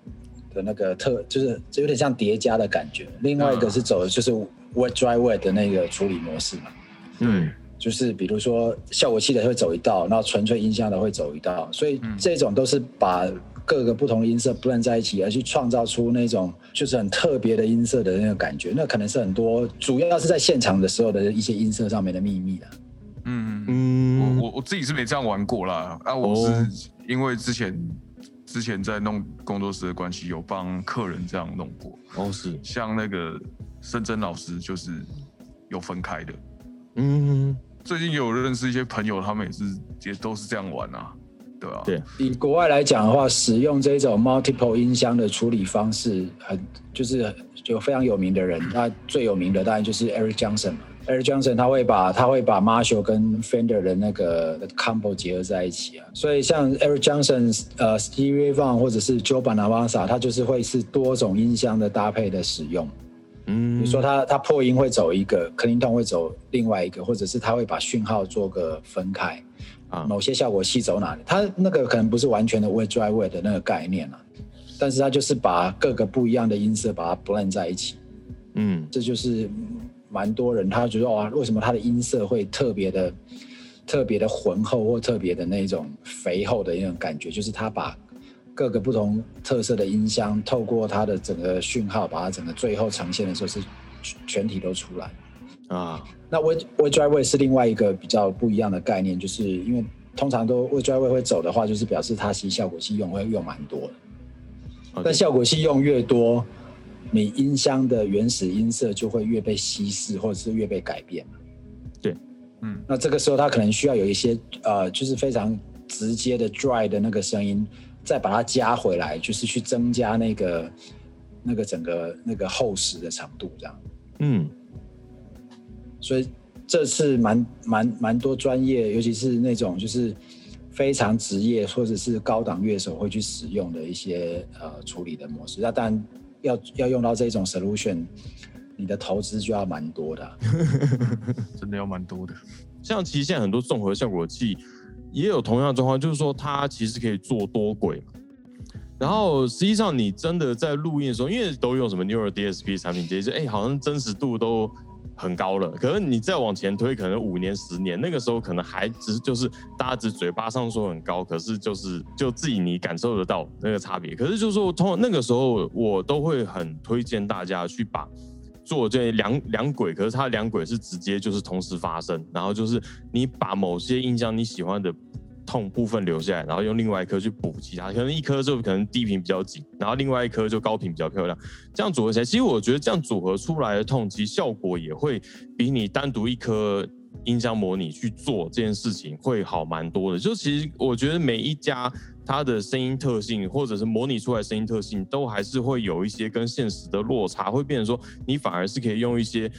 就是有点像叠加的感觉。另外一个是走的就是 wet dry wet 的那个处理模式嘛，就是比如说效果器的会走一道，然后纯粹音箱的会走一道，所以这种都是把各个不同的音色 blend 在一起，而去创造出那种就是很特别的音色的那个感觉。那可能是很多主要是在现场的时候的一些音色上面的秘密啦。 我自己是没这样玩过啦，我是因为之前在弄工作室的关系，有帮客人这样弄过。 是像那个申真老师就是有分开的。最近有认识一些朋友，他们也都是这样玩啊，对啊。 对， 以国外来讲的话，使用这种 multiple 音箱的处理方式，就是有非常有名的人，他最有名的当然就是 Eric Johnson 嘛。Eric Johnson 他会把 Marshall 跟 Fender 的那个 combo 结合在一起啊，所以像 Eric Johnson、Stevie Ray Vaughan 或者是 Joe Bonamassa， 他就是会是多种音箱的搭配的使用。比如说他破音会走一个 clean tone 会走另外一个，或者是他会把讯号做个分开，某些效果器走哪里，他那个可能不是完全的 wet dry wet 的那个概念啊，但是他就是把各个不一样的音色把它 blend 在一起。这就是蛮多人他觉得为什么他的音色会特别的浑厚或特别的那种肥厚的那种感觉，就是他把各个不同特色的音箱透过它的整个讯号，把它整个最后呈现的时候是全体都出来啊。那 wet dry wet 是另外一个比较不一样的概念，就是因为通常都 wet dry wet 会走的话，就是表示它其实效果器会用蛮多的。但效果器用越多，你音箱的原始音色就会越被稀释，或者是越被改变。 对， 那这个时候它可能需要有一些就是非常直接的 dry 的那个声音。再把它加回来，就是去增加那个整个那个厚实的程度，这样。所以这是蛮多专业，尤其是那种就是非常职业或者是高档乐手会去使用的一些处理的模式。那当然要用到这种 solution， 你的投资就要蛮多的， 真的要蛮多的。 像其实现在很多综合效果器。也有同样的状况，就是说它其实可以做多轨嘛。然后实际上你真的在录音的时候，因为都用什么 Neural DSP 产品，就好像真实度都很高了。可是你再往前推，可能5年、10年，那个时候可能还就是大家只嘴巴上说很高，可是就自己你感受得到那个差别。可是就是说，通常那个时候我都会很推荐大家去把。做这两轨，可是它2轨是直接就是同时发生，然后就是你把某些音箱你喜欢的痛部分留下来，然后用另外一颗去补其他，可能一颗就可能低频比较紧，然后另外一颗就高频比较漂亮，这样组合起来，其实我觉得这样组合出来的痛，其实效果也会比你单独一颗音箱模拟去做这件事情会好蛮多的。就其实我觉得每一家它的声音特性，或者是模拟出来的声音特性，都还是会有一些跟现实的落差，会变成说你反而是可以用一些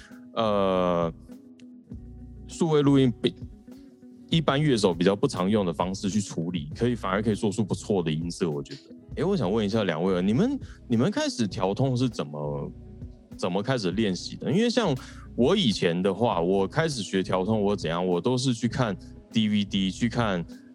数位录音一般乐手比较不常用的方式去处理，反而可以做出不错的音色。我觉得，我想问一下2位，你们开始调痛是怎么开始练习的？因为像我以前的话，我开始学调痛，我怎样，我都是去看 DVD， 去看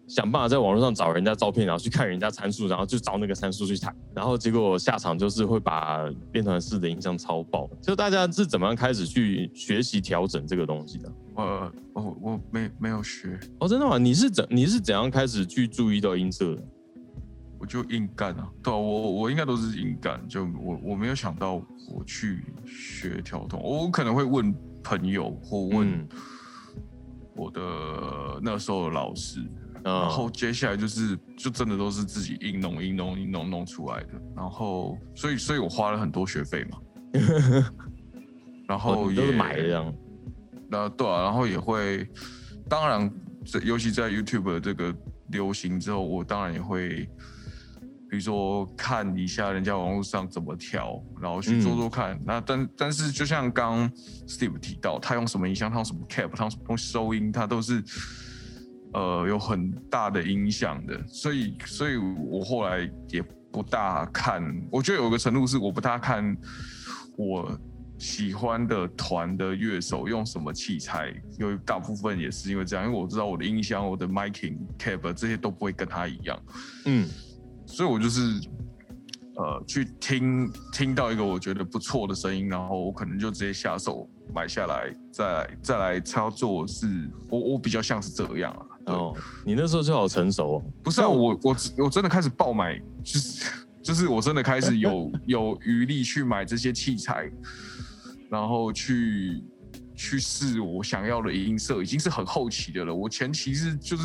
想办法在网络上找人家照片，然后去看人家参数，然后就找那个参数去弹，然后结果下场就是会把练团室的音箱超爆。就大家是怎么样开始去学习调整这个东西的？ 我没有学哦，真的吗？你是怎样开始去注意到音色的？ 我就硬干啊，对啊，我应该都是硬干，就我没有想到我去学调痛，我可能会问朋友或问我的那时候的老师，然后接下来就真的都是自己硬弄出来的，然后所以我花了很多学费嘛，然后也都是买的这样， 对啊，然后也会，当然尤其在 YouTube 的这个流行之后，我当然也会。比如说看一下人家网络上怎么调，然后去做看。那但是就像刚 Steve 提到，他用什么音箱，他用什么 cap， 他用什么东西收音，他都是有很大的影响的。所以我后来也不大看，我觉得有个程度是我不大看我喜欢的团的乐手用什么器材，有一大部分也是因为这样，因为我知道我的音箱、我的 miking cap 这些都不会跟他一样。所以我就是去听到一个我觉得不错的声音，然后我可能就直接下手买下来，再来操作。是我比较像是这样啊。 哦，你那时候就好成熟哦。 不是啊，我真的开始爆买，就是我真的开始有余力去买这些器材，然后去试我想要的音色，已经是很后期的了。我前期就是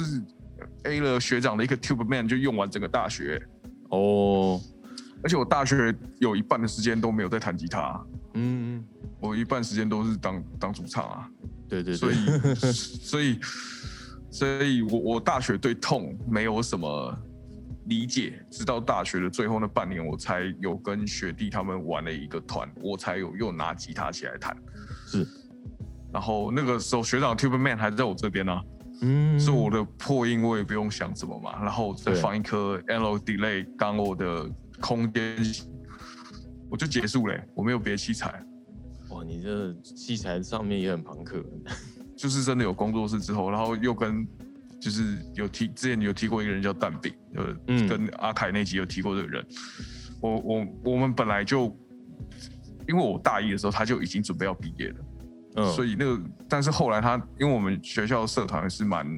A 了学长的一个 TubeMan 就用完整个大学哦，而且我大学有一半的时间都没有在弹吉他，我一半时间都是当主唱啊， 对， 所以我大学对痛没有什么理解，直到大学的最后那半年，我才有跟学弟他们玩了一个团，我才有又拿吉他起来弹， 是， 然后那个时候学长 TubeMan 还在我这边啊。所以我的破音我也不用想什么嘛，然后再放一颗 Analog Delay 当我的空间，我就结束了，我没有别的器材。 哇，你这器材上面也很朋克， 就是真的有工作室之后，然后又跟就是之前有提过一个人叫蛋饼，跟阿凯那集有提过这个人。我们本来就因为我大一的时候他就已经准备要毕业了。所以但是后来因为我们学校社团是蛮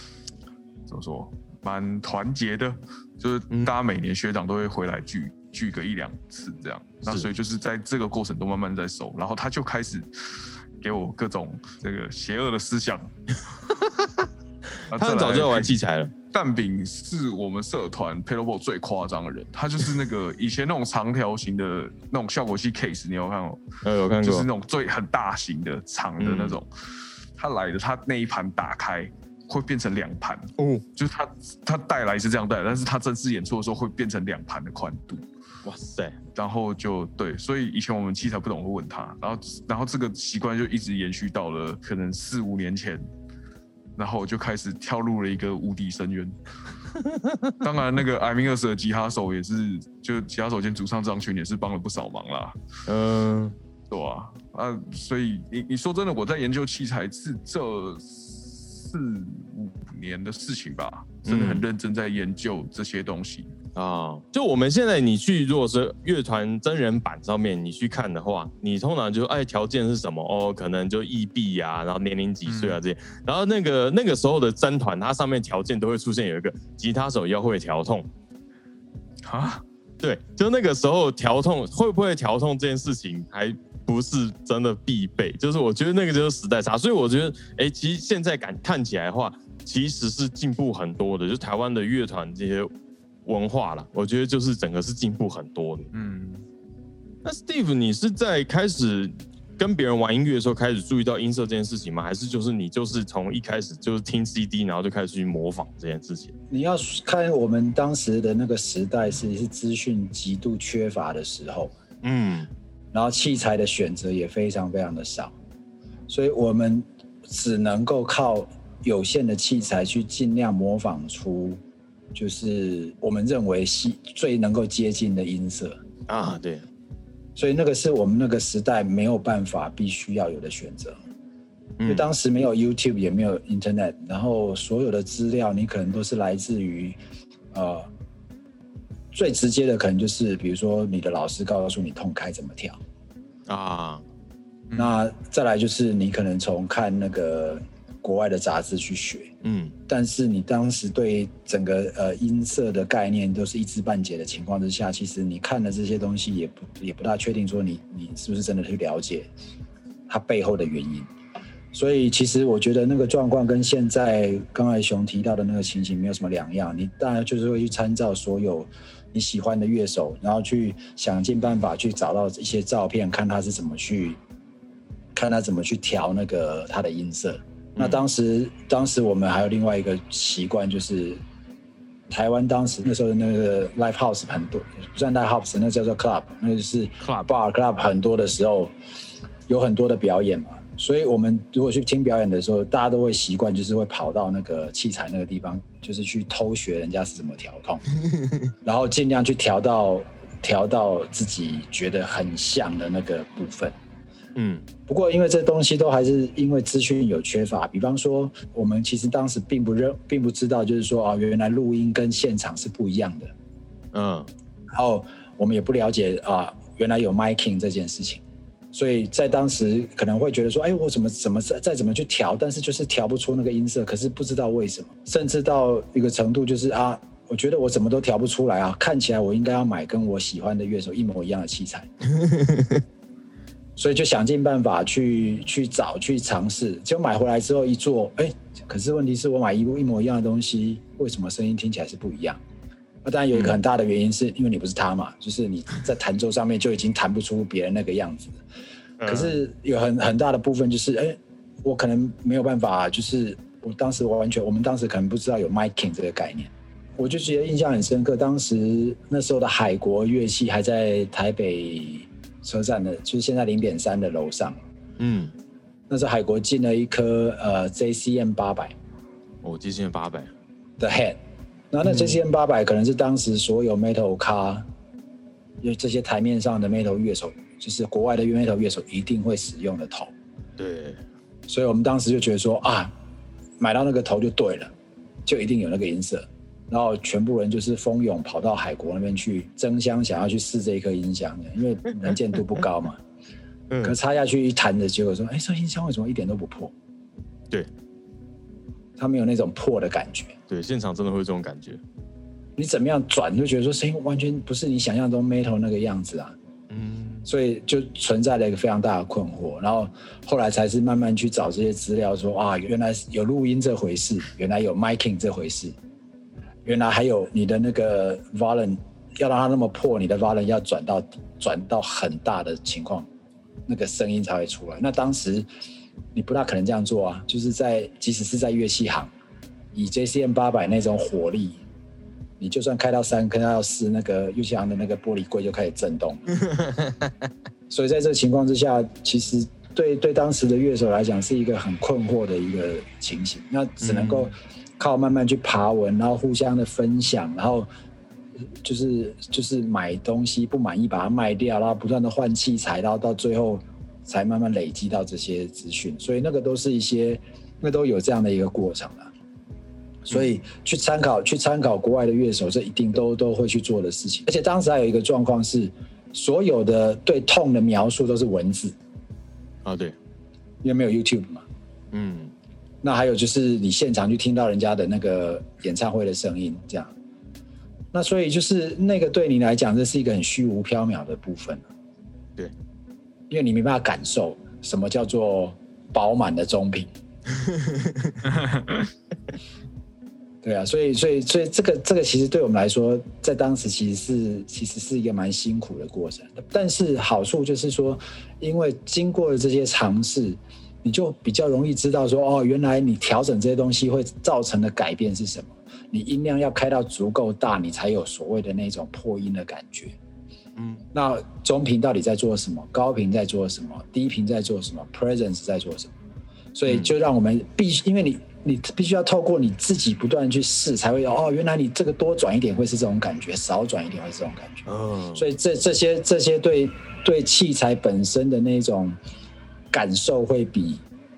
团结的，就是大家每年学长都会回来聚个1-2次这样，那所以就是在这个过程中慢慢在熟，然后他就开始给我各种这个邪恶的思想。 他很早就要玩器材了。 蛋饼是我们社团 Pedalboard 最夸张的人，他就是那个以前那种长条形的那种效果器 case， 你有看过？ 有看过， 就是那种很大型的长的那种。他来的，他那一盘打开会变成2盘，就是他带来是这样带，但是他正式演出的时候会变成2盘的宽度。 哇塞！ 然后就对，所以以前我们器材不懂会问他，然后这个习惯就一直延续到了可能4-5年前。然后我就开始跳入了一个无底深渊。当然，那个I-20的吉他手也是，就吉他手兼主唱张群也是帮了不少忙啦。对吧？所以你说真的，我在研究器材是这4-5年的事情吧，真的很认真在研究这些东西。 就我们现在你去，如果是乐团真人版上面你去看的话，你通常就条件是什么？可能就异地啊，然后年龄几岁啊这些。然后那个时候的真团，它上面条件都会出现有一个吉他手要会调痛。对，就那个时候调痛会不会调痛这件事情还不是真的必备，就是我觉得那个就是时代差。所以我觉得，其实现在看起来的话，其实是进步很多的，就台湾的乐团这些文化啦，我觉得就是整个是进步很多的。那 Steve， 你是在开始跟别人玩音乐的时候开始注意到音色这件事情吗？还是就是你就是从一开始就是听 CD， 然后就开始去模仿这件事情？ 你要看我们当时的那个时代是资讯极度缺乏的时候，然后器材的选择也非常非常的少，所以我们只能够靠有限的器材去尽量模仿出就是我们认为最能够接近的音色对， 所以那个是我们那个时代没有办法必须要有的选择。 因为当时没有 YouTube 也没有 Internet， 然后所有的资料你可能都是来自于最直接的可能就是比如说你的老师告诉你痛开怎么调啊，那再来就是你可能从看那个国外的杂志去学，但是你当时对整个音色的概念都是一知半解的情况之下，其实你看的这些东西也不大确定说你是不是真的去了解它背后的原因。所以其实我觉得那个状况跟现在刚才熊提到的那个情形没有什么两样，你当然就是会去参照所有你喜欢的乐手，然后去想尽办法去找到一些照片，看他怎么去调那个他的音色。那当时我们还有另外一个习惯，就是台湾当时那时候的那个 live house 很多，不算 live house， 那叫做 club， 那就是 bar club 很多的时候有很多的表演嘛，所以我们如果去听表演的时候，大家都会习惯就是会跑到那个器材那个地方，就是去偷学人家是怎么调痛，然后尽量去调到自己觉得很像的那个部分。不过因为这东西都还是因为资讯有缺乏，比方说我们其实当时并不知道，就是说原来录音跟现场是不一样的，然后我们也不了解原来有 miking 这件事情，所以在当时可能会觉得说，我怎么去调，但是就是调不出那个音色，可是不知道为什么，甚至到一个程度就是我觉得我怎么都调不出来看起来我应该要买跟我喜欢的乐手一模一样的器材。所以就想尽办法去找去尝试，结果买回来之后一做，可是问题是我买一模一样的东西，为什么声音听起来是不一样？那当然有一个很大的原因是因为你不是他嘛，就是你在弹奏上面就已经弹不出别人那个样子。可是有很大的部分就是我可能没有办法，就是我们当时可能不知道有 miking 这个概念，我就觉得印象很深刻。当时那时候的海国乐器还在台北车站的，就是现在0.3的楼上。那时候海国进了一颗JCM 800， JCM 800 的 head， 那JCM 800可能是当时所有 metal 咖，因为这些台面上的 metal 乐手，就是国外的 metal 乐手一定会使用的头。 对， 所以我们当时就觉得说买到那个头就对了，就一定有那个音色。然后全部人就是蜂拥跑到海国那边去争相想要去试这一颗音箱的，因为能见度不高嘛。可插下去一弹的结果说，这音箱为什么一点都不破？ 对， 它没有那种破的感觉。 对，现场真的会有这种感觉。 你怎么样转就觉得说声音完全不是你想象中 metal 那个样子啊。所以就存在了一个非常大的困惑，然后后来才是慢慢去找这些资料说原来有录音这回事，原来有 miking 这回事。原来还有你的那个 volume 要让它那么破，你的 volume 要转到很大的情况，那个声音才会出来。那当时你不大可能这样做就是即使是在乐器行，以 JCM 800那种火力，你就算开到3，开到4，那个乐器行的那个玻璃柜就开始震动。所以在这个情况之下，其实对当时的乐手来讲是一个很困惑的一个情形，那只能够靠慢慢去爬文，然后互相的分享，然后就是买东西不满意把它卖掉，然后不断的换器材，然后到最后才慢慢累积到这些资讯。所以那个都有这样的一个过程啦。所以去参考国外的乐手，这一定都会去做的事情。而且当时还有一个状况是，所有的对痛的描述都是文字对， 因为没有 YouTube 嘛。那还有就是你现场去听到人家的那个演唱会的声音，这样。那所以就是那个对你来讲，这是一个很虚无缥缈的部分。 对， 因为你没办法感受什么叫做饱满的中频。对啊，所以这个其实对我们来说，在当时其实是一个蛮辛苦的过程。但是好处就是说，因为经过了这些尝试，你就比较容易知道说，原来你调整这些东西会造成的改变是什么。你音量要开到足够大，你才有所谓的那种破音的感觉。那中频到底在做什么？高频在做什么？低频在做什么 ？Presence 在做什么？所以就让我们因为你必须要透过你自己不断去试，才会原来你这个多转一点会是这种感觉，少转一点会是这种感觉。所以这些对器材本身的那种感受会比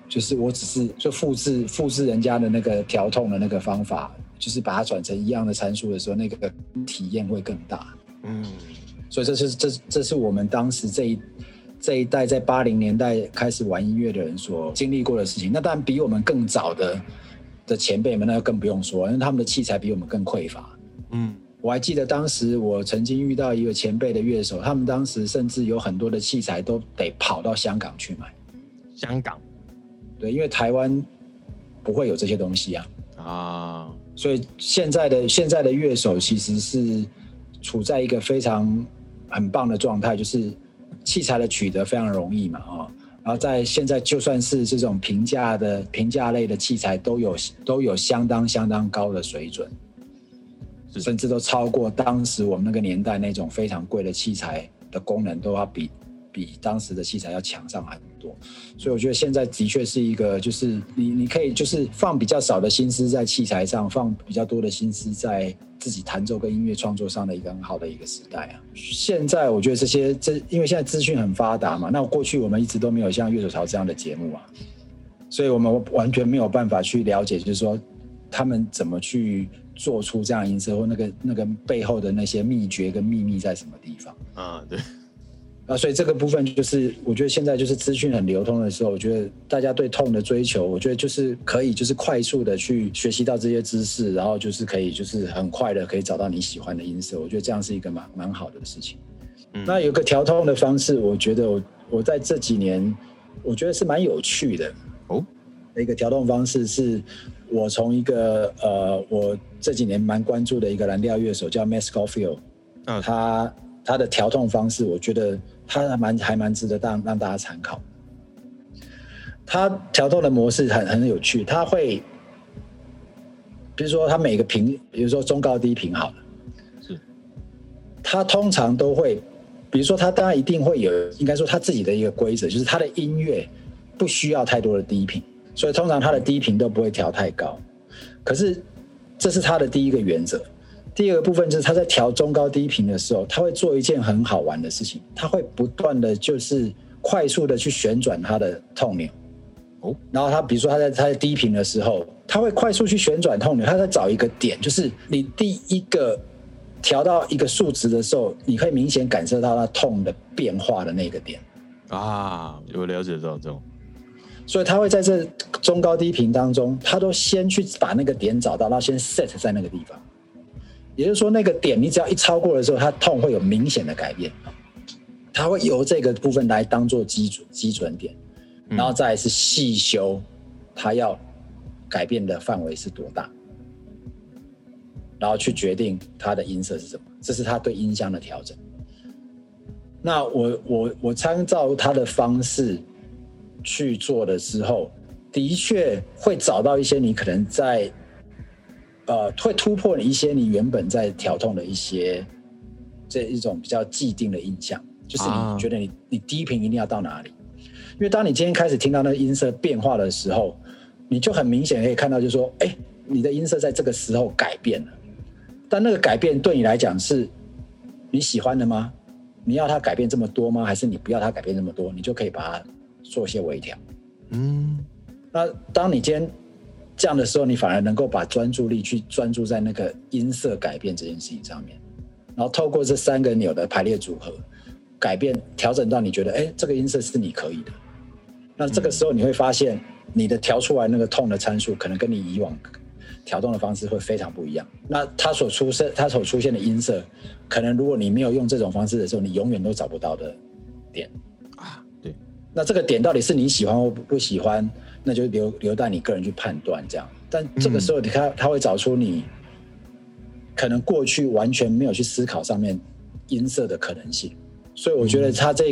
就是我只是就复制人家的那个调痛的那个方法，就是把它转成一样的参数的时候，那个体验会更大。所以这是我们当时这一代在80年代开始玩音乐的人所经历过的事情。那当然比我们更早的前辈们那更不用说，因为他们的器材比我们更匮乏。我还记得当时我曾经遇到一个前辈的乐手，他们当时甚至有很多的器材都得跑到香港去买。 香港？ 对，因为台湾不会有这些东西啊。所以现在的乐手其实是处在一个很棒的状态，就是器材的取得非常容易嘛，然后在现在就算是这种平价类的器材都有相当高的水准，甚至都超过当时我们那个年代那种非常贵的器材的功能，都要比当时的器材要强上很多。所以我觉得现在的确是一个，就是你可以就是放比较少的心思在器材上，放比较多的心思在自己弹奏跟音乐创作上的一个很好的一个时代啊。现在我觉得因为现在资讯很发达嘛，那过去我们一直都没有像乐手潮这样的节目啊，所以我们完全没有办法去了解，就是说他们怎么去做出这样的音色，或那个背后的那些秘诀跟秘密在什么地方啊？对。 所以这个部分就是我觉得现在就是资讯很流通的时候，我觉得大家对痛的追求，我觉得就是可以就是快速的去学习到这些知识，然后就是可以就是很快的可以找到你喜欢的音色，我觉得这样是一个蛮好的事情。那有个调痛的方式，我觉得我在这几年我觉得是蛮有趣的一个调痛方式，是我从一个我这几年蛮关注的一个蓝调乐手叫 Matt Scofield，他的调痛方式，我觉得他还蛮值得让大家参考。他调痛的模式很有趣，他会，比如说他每个频，比如说中高低频好了，他通常都会，比如说他当然一定会有，应该说他自己的一个规则，就是他的音乐不需要太多的低频，所以通常他的低频都不会调太高。可是这是他的第一个原则。第二个部分就是他在调中高低频的时候，他会做一件很好玩的事情，他会不断的就是快速的去旋转他的痛钮。然后他比如说他在低频的时候，他会快速去旋转痛钮，他在找一个点，就是你第一个调到一个数值的时候，你可以明显感受到它痛的变化的那个点啊，有了解到这种。 所以他会在这中高低频当中，他都先去把那个点找到，然后先 set 在那个地方。也就是说，那个点你只要一超过的时候，它痛会有明显的改变，它会由这个部分来当做基准点，然后再来是细修，它要改变的范围是多大，然后去决定它的音色是什么，这是他对音箱的调整。那我参照他的方式去做的时候，的确会找到一些你可能在会突破你一些你原本在调痛的这一种比较既定的印象，就是你觉得你低频一定要到哪里？因为当你今天开始听到那个音色变化的时候，你就很明显可以看到，就是说，你的音色在这个时候改变了，但那个改变对你来讲是你喜欢的吗？你要它改变这么多吗？还是你不要它改变这么多？你就可以把它做一些微调。那当你今天这样的时候，你反而能够把专注力去专注在那个音色改变这件事情上面，然后透过这3个钮的排列组合改变调整到你觉得这个音色是你可以的。那这个时候你会发现你的调出来那个痛的参数可能跟你以往调动的方式会非常不一样。那它所出现的音色，可能如果你没有用这种方式的时候，你永远都找不到的点对。 那这个点到底是你喜欢或不喜欢，那就留待你个人去判断这样。但这个时候他会找出你可能过去完全没有去思考上面音色的可能性。所以我觉得他这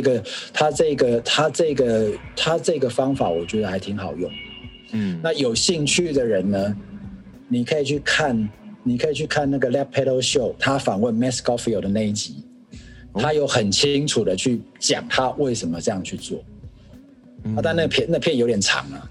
个方法我觉得还挺好用。那有兴趣的人呢，你可以去看那个 Lap Pedal Show， 他访问 Matt Scofield 的那一集，他有很清楚的去讲他为什么这样去做。但那片有点长啊，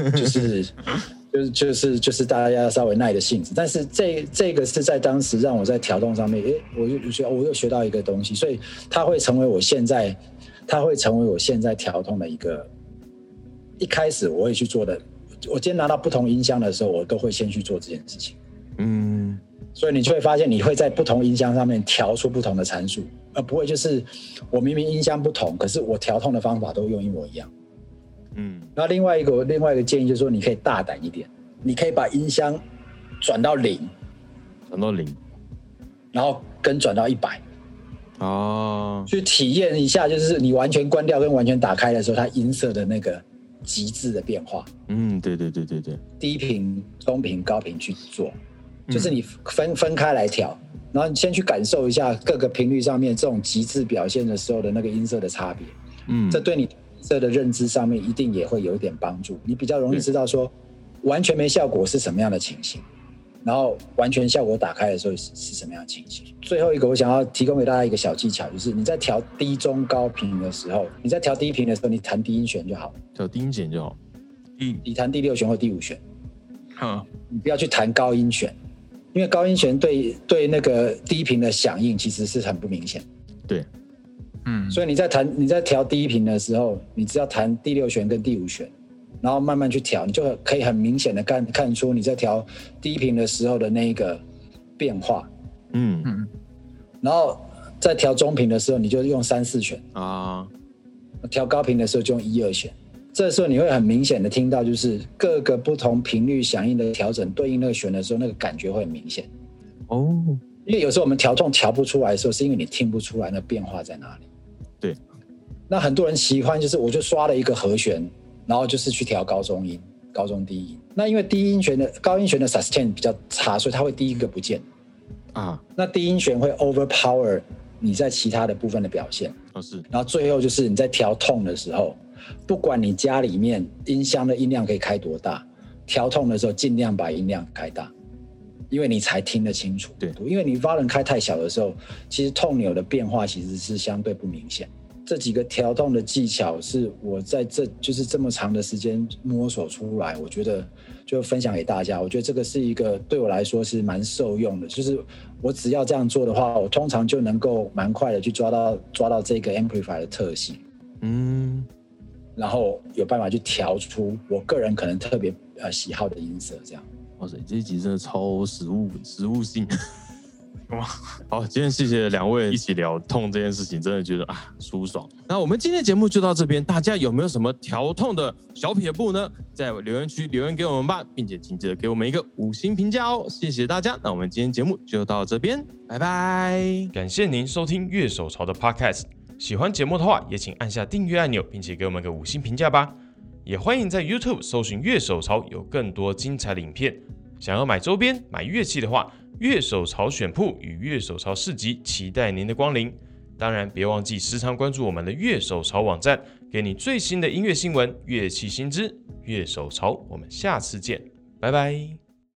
就是大家要稍微耐的性子。但是这个是在当时让我在调动上面，我又学到一个东西，所以它会成为我现在调动的一个一开始我会去做的。我今天拿到不同音箱的时候，我都会先去做这件事情。所以你就会发现，你会在不同音箱上面调出不同的参数，而不会就是我明明音箱不同，可是我调痛的方法都用一模一样。那另外一个建议就是说，你可以大胆一点，你可以把音箱转到0，然后跟转到100。去体验一下，就是你完全关掉跟完全打开的时候，它音色的那个极致的变化。 对， 低频、中频、高频去做，就是你分开来调，然后你先去感受一下各个频率上面这种极致表现的时候的那个音色的差别。这对你音色的认知上面一定也会有一点帮助，你比较容易知道说完全没效果是什么样的情形，然后完全效果打开的时候是什么样的情形。最后一个我想要提供给大家一个小技巧，就是你在调低中高频的时候，你在调低频的时候，你弹低音弦就好， 调低音弦就好， 你弹第6弦或第5弦，你不要去弹高音弦，因为高音弦对那个低频的响应其实是很不明显。 对， 所以你在调低频的时候，你只要弹第6弦跟第5弦，然后慢慢去调，你就可以很明显的看出你在调低频的时候的那个变化。然后在调中频的时候，你就用3、4弦调高频的时候就用1、2弦。这时候你会很明显的听到，就是各个不同频率响应的调整对应那个弦的时候，那个感觉会很明显。因为有时候我们调痛调不出来的时候，是因为你听不出来那变化在哪里。 对， 那很多人喜欢就是我就刷了一个和弦，然后就是去调高中音、高中低音。那因为高音弦的 sustain 比较差，所以它会第一个不见。那低音弦会 overpower 你在其他的部分的表现。然后最后就是你在调痛的时候，不管你家里面音箱的音量可以开多大，调痛的时候尽量把音量开大，因为你才听得清楚。 对， 因为你 volume 开太小的时候，其实痛钮的变化其实是相对不明显。这几个调痛的技巧是我在就是这么长的时间摸索出来，我觉得就分享给大家。我觉得这个是一个对我来说是蛮受用的，就是我只要这样做的话，我通常就能够蛮快的去抓到这个 amplifier 的特性。然后有办法去调出我个人可能特别喜好的音色，这样。 哇塞，这一集真的超实务性。好，今天谢谢2位一起聊痛这件事情，真的觉得舒爽。那我们今天的节目就到这边，大家有没有什么调痛的小撇步呢？在留言区留言给我们吧，并且请记得给我们一个5星评价哦，谢谢大家。那我们今天节目就到这边，拜拜。 感谢您收听乐手潮的 Podcast， 喜欢节目的话，也请按下订阅按钮，并且给我们个5星评价吧。也欢迎在 YouTube 搜寻乐手潮，有更多精彩的影片。想要买周边、买乐器的话，乐手潮选铺与乐手潮市集期待您的光临。当然，别忘记时常关注我们的乐手潮网站，给你最新的音乐新闻、乐器新知。乐手潮，我们下次见，拜拜。